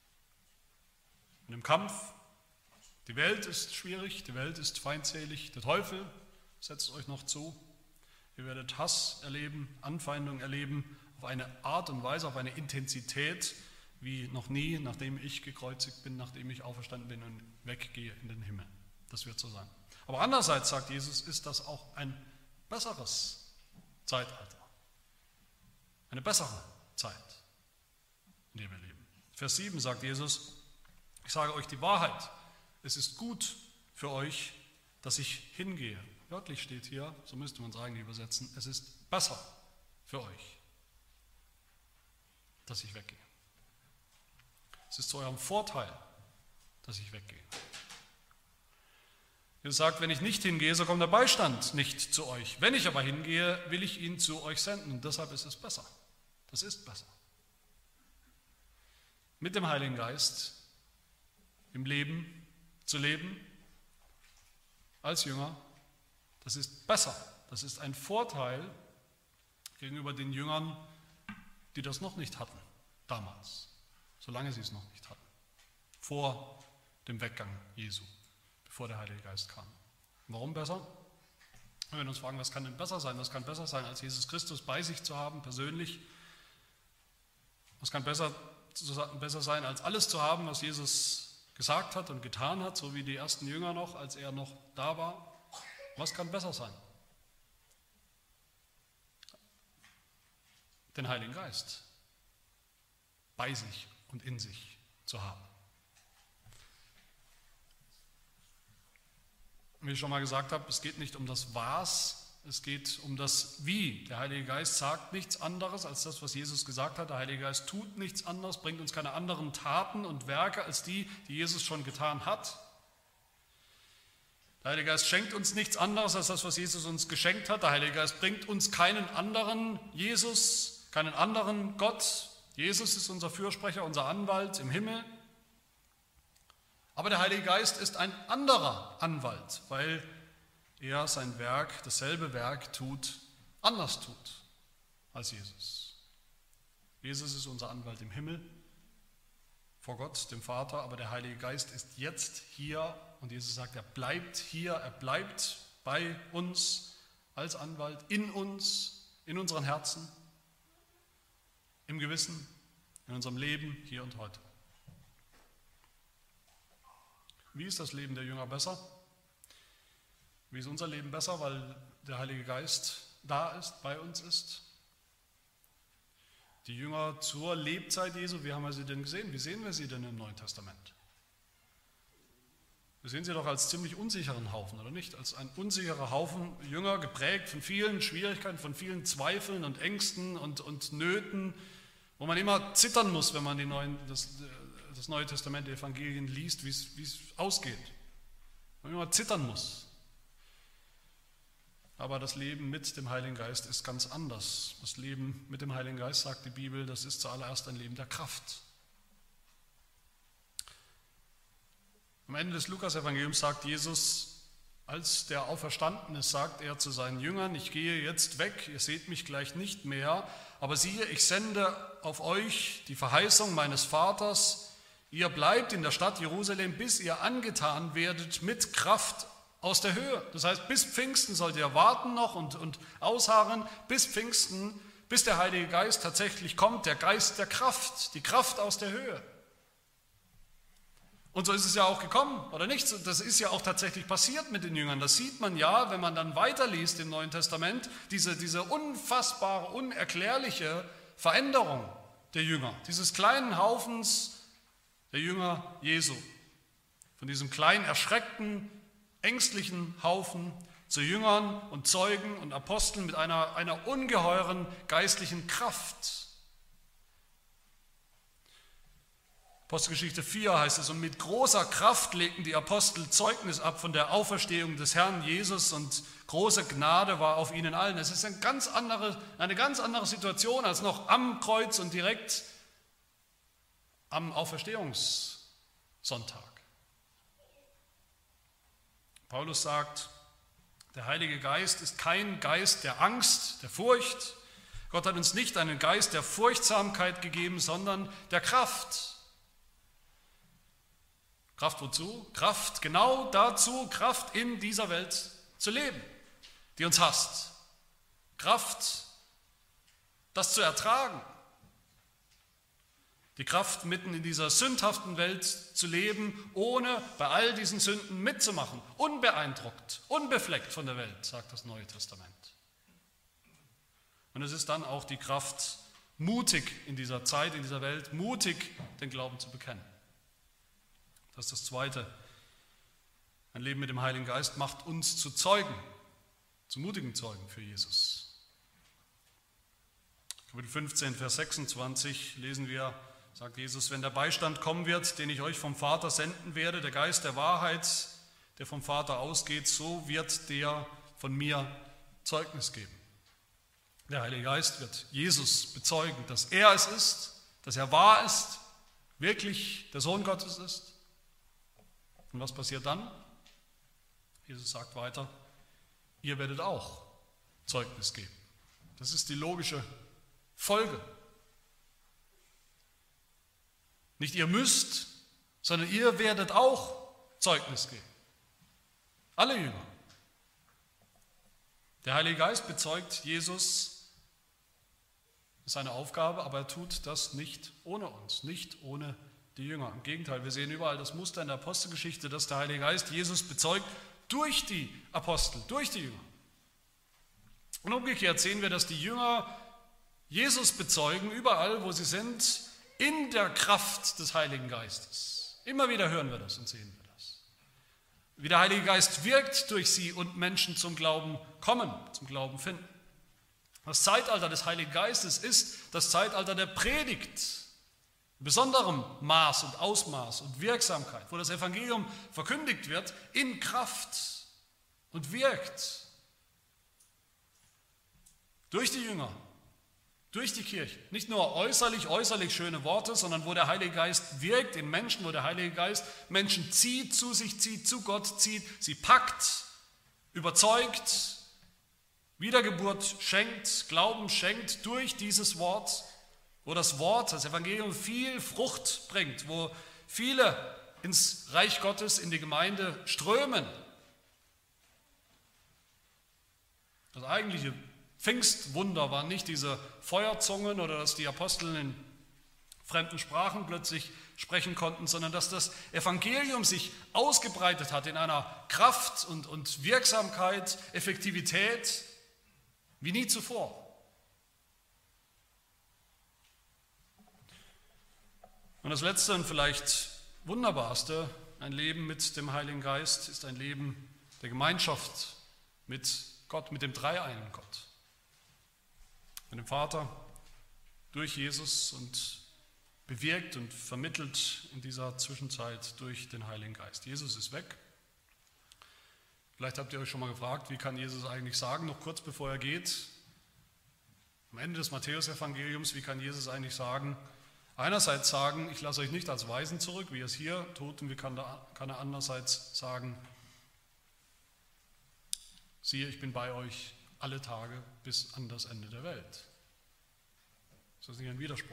in dem Kampf. Die Welt ist schwierig, die Welt ist feindselig, der Teufel setzt euch noch zu. Ihr werdet Hass erleben, Anfeindung erleben, auf eine Art und Weise, auf eine Intensität, wie noch nie, nachdem ich gekreuzigt bin, nachdem ich auferstanden bin und weggehe in den Himmel. Das wird so sein. Aber andererseits, sagt Jesus, ist das auch ein besseres Zeitalter. Eine bessere Zeit, in der wir leben. Vers sieben sagt Jesus, ich sage euch die Wahrheit, es ist gut für euch, dass ich hingehe. Wörtlich steht hier, so müsste man es eigentlich übersetzen, es ist besser für euch, dass ich weggehe. Es ist zu eurem Vorteil, dass ich weggehe. Jesus sagt, wenn ich nicht hingehe, so kommt der Beistand nicht zu euch. Wenn ich aber hingehe, will ich ihn zu euch senden. Und deshalb ist es besser. Das ist besser. Mit dem Heiligen Geist im Leben zu leben, als Jünger, das ist besser. Das ist ein Vorteil gegenüber den Jüngern, die das noch nicht hatten, damals, solange sie es noch nicht hatten, vor dem Weggang Jesu, bevor der Heilige Geist kam. Warum besser? Wir werden uns fragen, was kann denn besser sein? Was kann besser sein, als Jesus Christus bei sich zu haben, persönlich? Was kann besser, besser sein, als alles zu haben, was Jesus gesagt hat und getan hat, so wie die ersten Jünger noch, als er noch da war? Was kann besser sein? Den Heiligen Geist bei sich und in sich zu haben. Wie ich schon mal gesagt habe, es geht nicht um das Was, es geht um das Wie. Der Heilige Geist sagt nichts anderes als das, was Jesus gesagt hat. Der Heilige Geist tut nichts anderes, bringt uns keine anderen Taten und Werke als die, die Jesus schon getan hat. Der Heilige Geist schenkt uns nichts anderes als das, was Jesus uns geschenkt hat. Der Heilige Geist bringt uns keinen anderen Jesus, keinen anderen Gott. Jesus ist unser Fürsprecher, unser Anwalt im Himmel. Aber der Heilige Geist ist ein anderer Anwalt, weil er sein Werk, dasselbe Werk tut, anders tut als Jesus. Jesus ist unser Anwalt im Himmel, vor Gott, dem Vater, aber der Heilige Geist ist jetzt hier und Jesus sagt, er bleibt hier, er bleibt bei uns als Anwalt, in uns, in unseren Herzen, im Gewissen, in unserem Leben, hier und heute. Wie ist das Leben der Jünger besser? Wie ist unser Leben besser, weil der Heilige Geist da ist, bei uns ist? Die Jünger zur Lebzeit Jesu, wie haben wir sie denn gesehen? Wie sehen wir sie denn im Neuen Testament? Wir sehen sie doch als ziemlich unsicheren Haufen, oder nicht? Als ein unsicherer Haufen Jünger, geprägt von vielen Schwierigkeiten, von vielen Zweifeln und Ängsten und, und Nöten, wo man immer zittern muss, wenn man die neuen, das, das Neue Testament, die Evangelien liest, wie es, wie es ausgeht. Man immer zittern muss. Aber das Leben mit dem Heiligen Geist ist ganz anders. Das Leben mit dem Heiligen Geist, sagt die Bibel, das ist zuallererst ein Leben der Kraft. Am Ende des Lukas-Evangeliums sagt Jesus, als der Auferstandene sagt er zu seinen Jüngern, ich gehe jetzt weg, ihr seht mich gleich nicht mehr, aber siehe, ich sende auf euch die Verheißung meines Vaters, ihr bleibt in der Stadt Jerusalem, bis ihr angetan werdet mit Kraft aus der Höhe. Das heißt, bis Pfingsten sollt ihr warten noch und, und ausharren, bis Pfingsten, bis der Heilige Geist tatsächlich kommt, der Geist der Kraft, die Kraft aus der Höhe. Und so ist es ja auch gekommen, oder nicht? Das ist ja auch tatsächlich passiert mit den Jüngern. Das sieht man ja, wenn man dann weiterliest im Neuen Testament, diese, diese unfassbare, unerklärliche Veränderung der Jünger, dieses kleinen Haufens der Jünger Jesu, von diesem kleinen, erschreckten, ängstlichen Haufen zu Jüngern und Zeugen und Aposteln mit einer, einer ungeheuren geistlichen Kraft. Apostelgeschichte vier heißt es, und mit großer Kraft legten die Apostel Zeugnis ab von der Auferstehung des Herrn Jesus und große Gnade war auf ihnen allen. Es ist eine ganz andere, eine ganz andere Situation als noch am Kreuz und direkt am Auferstehungssonntag. Paulus sagt, der Heilige Geist ist kein Geist der Angst, der Furcht. Gott hat uns nicht einen Geist der Furchtsamkeit gegeben, sondern der Kraft. Kraft wozu? Kraft genau dazu, Kraft in dieser Welt zu leben, die uns hasst. Kraft, das zu ertragen. Die Kraft, mitten in dieser sündhaften Welt zu leben, ohne bei all diesen Sünden mitzumachen, unbeeindruckt, unbefleckt von der Welt, sagt das Neue Testament. Und es ist dann auch die Kraft, mutig in dieser Zeit, in dieser Welt, mutig den Glauben zu bekennen. Das ist das Zweite. Ein Leben mit dem Heiligen Geist macht uns zu Zeugen, zu mutigen Zeugen für Jesus. Kapitel fünfzehn, Vers sechsundzwanzig lesen wir, sagt Jesus, wenn der Beistand kommen wird, den ich euch vom Vater senden werde, der Geist der Wahrheit, der vom Vater ausgeht, so wird der von mir Zeugnis geben. Der Heilige Geist wird Jesus bezeugen, dass er es ist, dass er wahr ist, wirklich der Sohn Gottes ist. Und was passiert dann? Jesus sagt weiter, ihr werdet auch Zeugnis geben. Das ist die logische Folge. Nicht ihr müsst, sondern ihr werdet auch Zeugnis geben. Alle Jünger. Der Heilige Geist bezeugt Jesus, das ist seine Aufgabe, aber er tut das nicht ohne uns, nicht ohne die Jünger. Im Gegenteil, wir sehen überall das Muster in der Apostelgeschichte, dass der Heilige Geist Jesus bezeugt durch die Apostel, durch die Jünger. Und umgekehrt sehen wir, dass die Jünger Jesus bezeugen, überall, wo sie sind, in der Kraft des Heiligen Geistes. Immer wieder hören wir das und sehen wir das. Wie der Heilige Geist wirkt durch sie und Menschen zum Glauben kommen, zum Glauben finden. Das Zeitalter des Heiligen Geistes ist das Zeitalter der Predigt, in besonderem Maß und Ausmaß und Wirksamkeit, wo das Evangelium verkündigt wird in Kraft und wirkt durch die Jünger, durch die Kirche. Nicht nur äußerlich, äußerlich schöne Worte, sondern wo der Heilige Geist wirkt in Menschen, wo der Heilige Geist Menschen zieht, zu sich zieht, zu Gott zieht, sie packt, überzeugt, Wiedergeburt schenkt, Glauben schenkt durch dieses Wort, wo das Wort, das Evangelium viel Frucht bringt, wo viele ins Reich Gottes, in die Gemeinde strömen. Das eigentliche Pfingstwunder waren nicht diese Feuerzungen oder dass die Apostel in fremden Sprachen plötzlich sprechen konnten, sondern dass das Evangelium sich ausgebreitet hat in einer Kraft und, und Wirksamkeit, Effektivität wie nie zuvor. Und das Letzte und vielleicht Wunderbarste, ein Leben mit dem Heiligen Geist, ist ein Leben der Gemeinschaft mit Gott, mit dem dreieinen Gott. Mit dem Vater durch Jesus und bewirkt und vermittelt in dieser Zwischenzeit durch den Heiligen Geist. Jesus ist weg. Vielleicht habt ihr euch schon mal gefragt, wie kann Jesus eigentlich sagen, noch kurz bevor er geht, am Ende des Matthäusevangeliums, wie kann Jesus eigentlich sagen, einerseits sagen, ich lasse euch nicht als Waisen zurück, wie er es hier tut, und wie kann, da, kann er andererseits sagen, siehe, ich bin bei euch alle Tage bis an das Ende der Welt. Ist das nicht ein Widerspruch?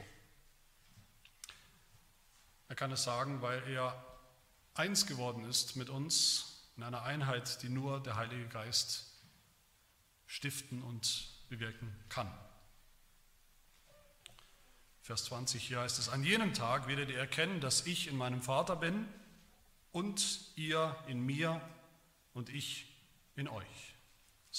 Er kann es sagen, weil er eins geworden ist mit uns in einer Einheit, die nur der Heilige Geist stiften und bewirken kann. Vers zwanzig hier heißt es, an jenem Tag werdet ihr erkennen, dass ich in meinem Vater bin und ihr in mir und ich in euch.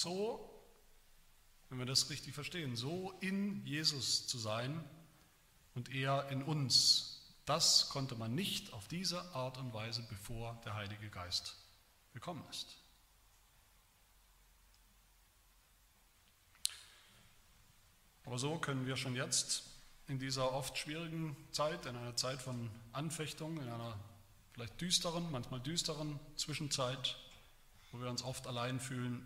So, wenn wir das richtig verstehen, so in Jesus zu sein und er in uns. Das konnte man nicht auf diese Art und Weise, bevor der Heilige Geist gekommen ist. Aber so können wir schon jetzt in dieser oft schwierigen Zeit, in einer Zeit von Anfechtung, in einer vielleicht düsteren, manchmal düsteren Zwischenzeit, wo wir uns oft allein fühlen,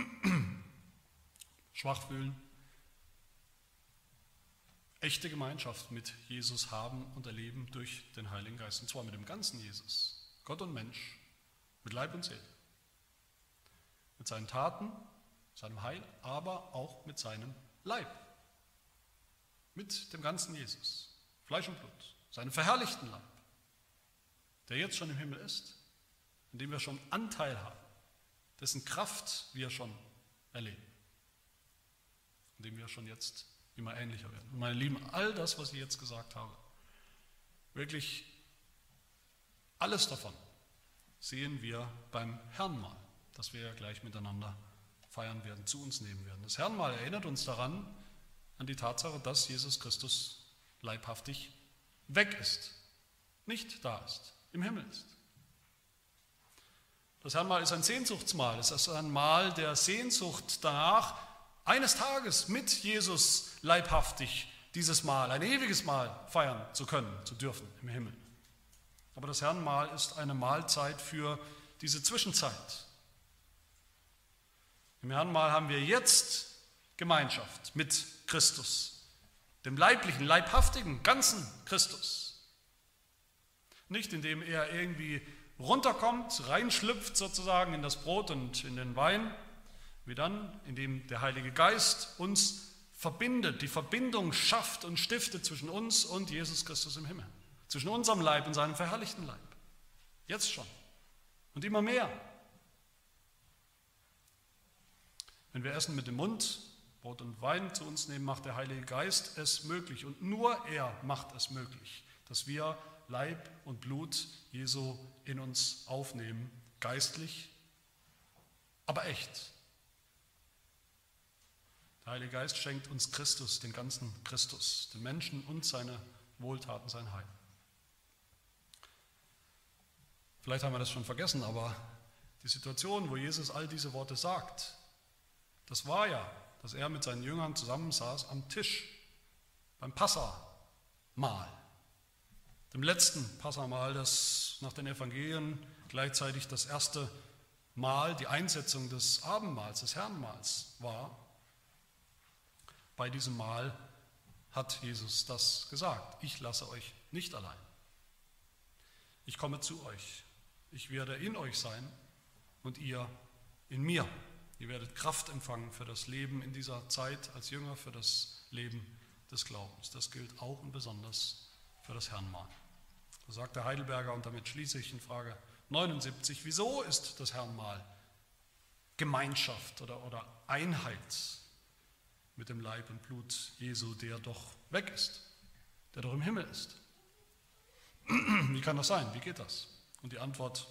schwach fühlen, echte Gemeinschaft mit Jesus haben und erleben durch den Heiligen Geist. Und zwar mit dem ganzen Jesus, Gott und Mensch, mit Leib und Seele. Mit seinen Taten, seinem Heil, aber auch mit seinem Leib. Mit dem ganzen Jesus, Fleisch und Blut, seinem verherrlichten Leib, der jetzt schon im Himmel ist, in dem wir schon Anteil haben, dessen Kraft wir schon erleben, in dem wir schon jetzt immer ähnlicher werden. Und meine Lieben, all das, was ich jetzt gesagt habe, wirklich alles davon sehen wir beim Herrnmahl, das wir ja gleich miteinander feiern werden, zu uns nehmen werden. Das Herrnmahl erinnert uns daran, an die Tatsache, dass Jesus Christus leibhaftig weg ist, nicht da ist, im Himmel ist. Das Herrnmahl ist ein Sehnsuchtsmahl, es ist ein Mahl der Sehnsucht danach, eines Tages mit Jesus leibhaftig dieses Mahl, ein ewiges Mahl feiern zu können, zu dürfen im Himmel. Aber das Herrnmahl ist eine Mahlzeit für diese Zwischenzeit. Im Herrnmahl haben wir jetzt Gemeinschaft mit Christus, dem leiblichen, leibhaftigen, ganzen Christus. Nicht indem er irgendwie runterkommt, reinschlüpft sozusagen in das Brot und in den Wein, wie dann, indem der Heilige Geist uns verbindet, die Verbindung schafft und stiftet zwischen uns und Jesus Christus im Himmel, zwischen unserem Leib und seinem verherrlichten Leib. Jetzt schon und immer mehr. Wenn wir essen mit dem Mund, Brot und Wein zu uns nehmen, macht der Heilige Geist es möglich. Und nur er macht es möglich, dass wir Leib und Blut Jesu in uns aufnehmen, geistlich, aber echt. Der Heilige Geist schenkt uns Christus, den ganzen Christus, den Menschen und seine Wohltaten, sein Heil. Vielleicht haben wir das schon vergessen, aber die Situation, wo Jesus all diese Worte sagt, das war ja, dass er mit seinen Jüngern zusammensaß am Tisch beim Passamahl, dem letzten Passamahl, das nach den Evangelien gleichzeitig das erste Mahl, die Einsetzung des Abendmahls, des Herrnmahls war. Bei diesem Mahl hat Jesus das gesagt: Ich lasse euch nicht allein. Ich komme zu euch. Ich werde in euch sein und ihr in mir. Ihr werdet Kraft empfangen für das Leben in dieser Zeit als Jünger, für das Leben des Glaubens. Das gilt auch und besonders für das Herrnmahl. So sagt der Heidelberger, und damit schließe ich in Frage neunundsiebzig, wieso ist das Herrnmahl Gemeinschaft oder, oder Einheit mit dem Leib und Blut Jesu, der doch weg ist, der doch im Himmel ist? Wie kann das sein? Wie geht das? Und die Antwort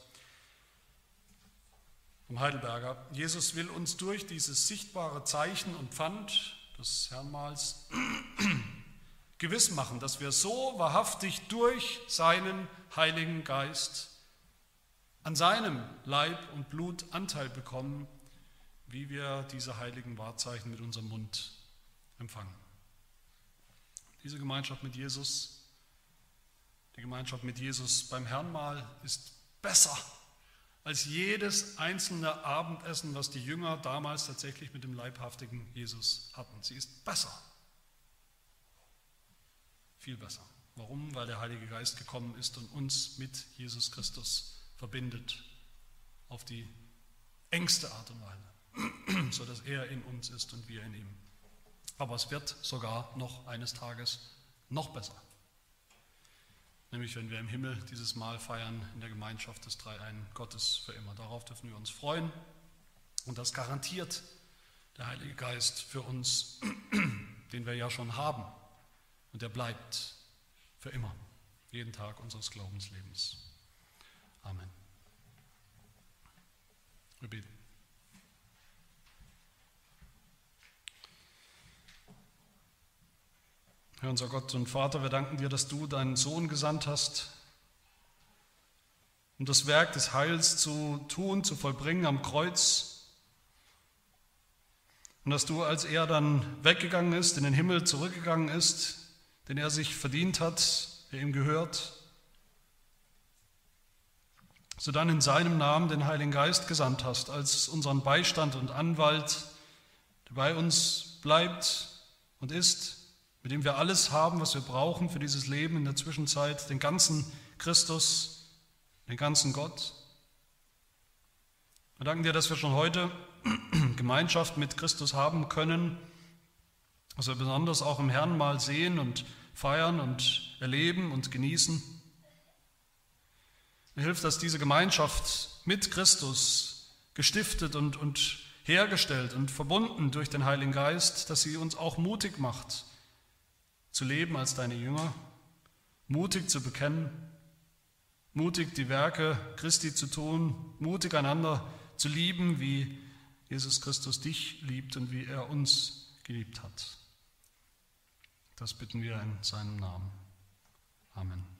vom Heidelberger: Jesus will uns durch dieses sichtbare Zeichen und Pfand des Herrnmahls gewiss machen, dass wir so wahrhaftig durch seinen Heiligen Geist an seinem Leib und Blut Anteil bekommen, wie wir diese heiligen Wahrzeichen mit unserem Mund empfangen. Diese Gemeinschaft mit Jesus, die Gemeinschaft mit Jesus beim Herrnmahl ist besser als jedes einzelne Abendessen, was die Jünger damals tatsächlich mit dem leibhaftigen Jesus hatten. Sie ist besser. Viel besser. Warum? Weil der Heilige Geist gekommen ist und uns mit Jesus Christus verbindet auf die engste Art und Weise, sodass er in uns ist und wir in ihm. Aber es wird sogar noch eines Tages noch besser. Nämlich wenn wir im Himmel dieses Mahl feiern in der Gemeinschaft des Dreieinen Gottes für immer. Darauf dürfen wir uns freuen. Und das garantiert der Heilige Geist für uns, den wir ja schon haben. Und der bleibt für immer, jeden Tag unseres Glaubenslebens. Amen. Wir beten. Herr unser Gott und Vater, wir danken dir, dass du deinen Sohn gesandt hast, um das Werk des Heils zu tun, zu vollbringen am Kreuz. Und dass du, als er dann weggegangen ist, in den Himmel zurückgegangen ist, den er sich verdient hat, der ihm gehört, so dann in seinem Namen den Heiligen Geist gesandt hast, als unseren Beistand und Anwalt, der bei uns bleibt und ist, mit dem wir alles haben, was wir brauchen für dieses Leben in der Zwischenzeit, den ganzen Christus, den ganzen Gott. Wir danken dir, dass wir schon heute Gemeinschaft mit Christus haben können, was wir besonders auch im Herrn mal sehen und feiern und erleben und genießen. Mir hilft, dass diese Gemeinschaft mit Christus gestiftet und, und hergestellt und verbunden durch den Heiligen Geist, dass sie uns auch mutig macht, zu leben als deine Jünger, mutig zu bekennen, mutig die Werke Christi zu tun, mutig einander zu lieben, wie Jesus Christus dich liebt und wie er uns geliebt hat. Das bitten wir in seinem Namen. Amen.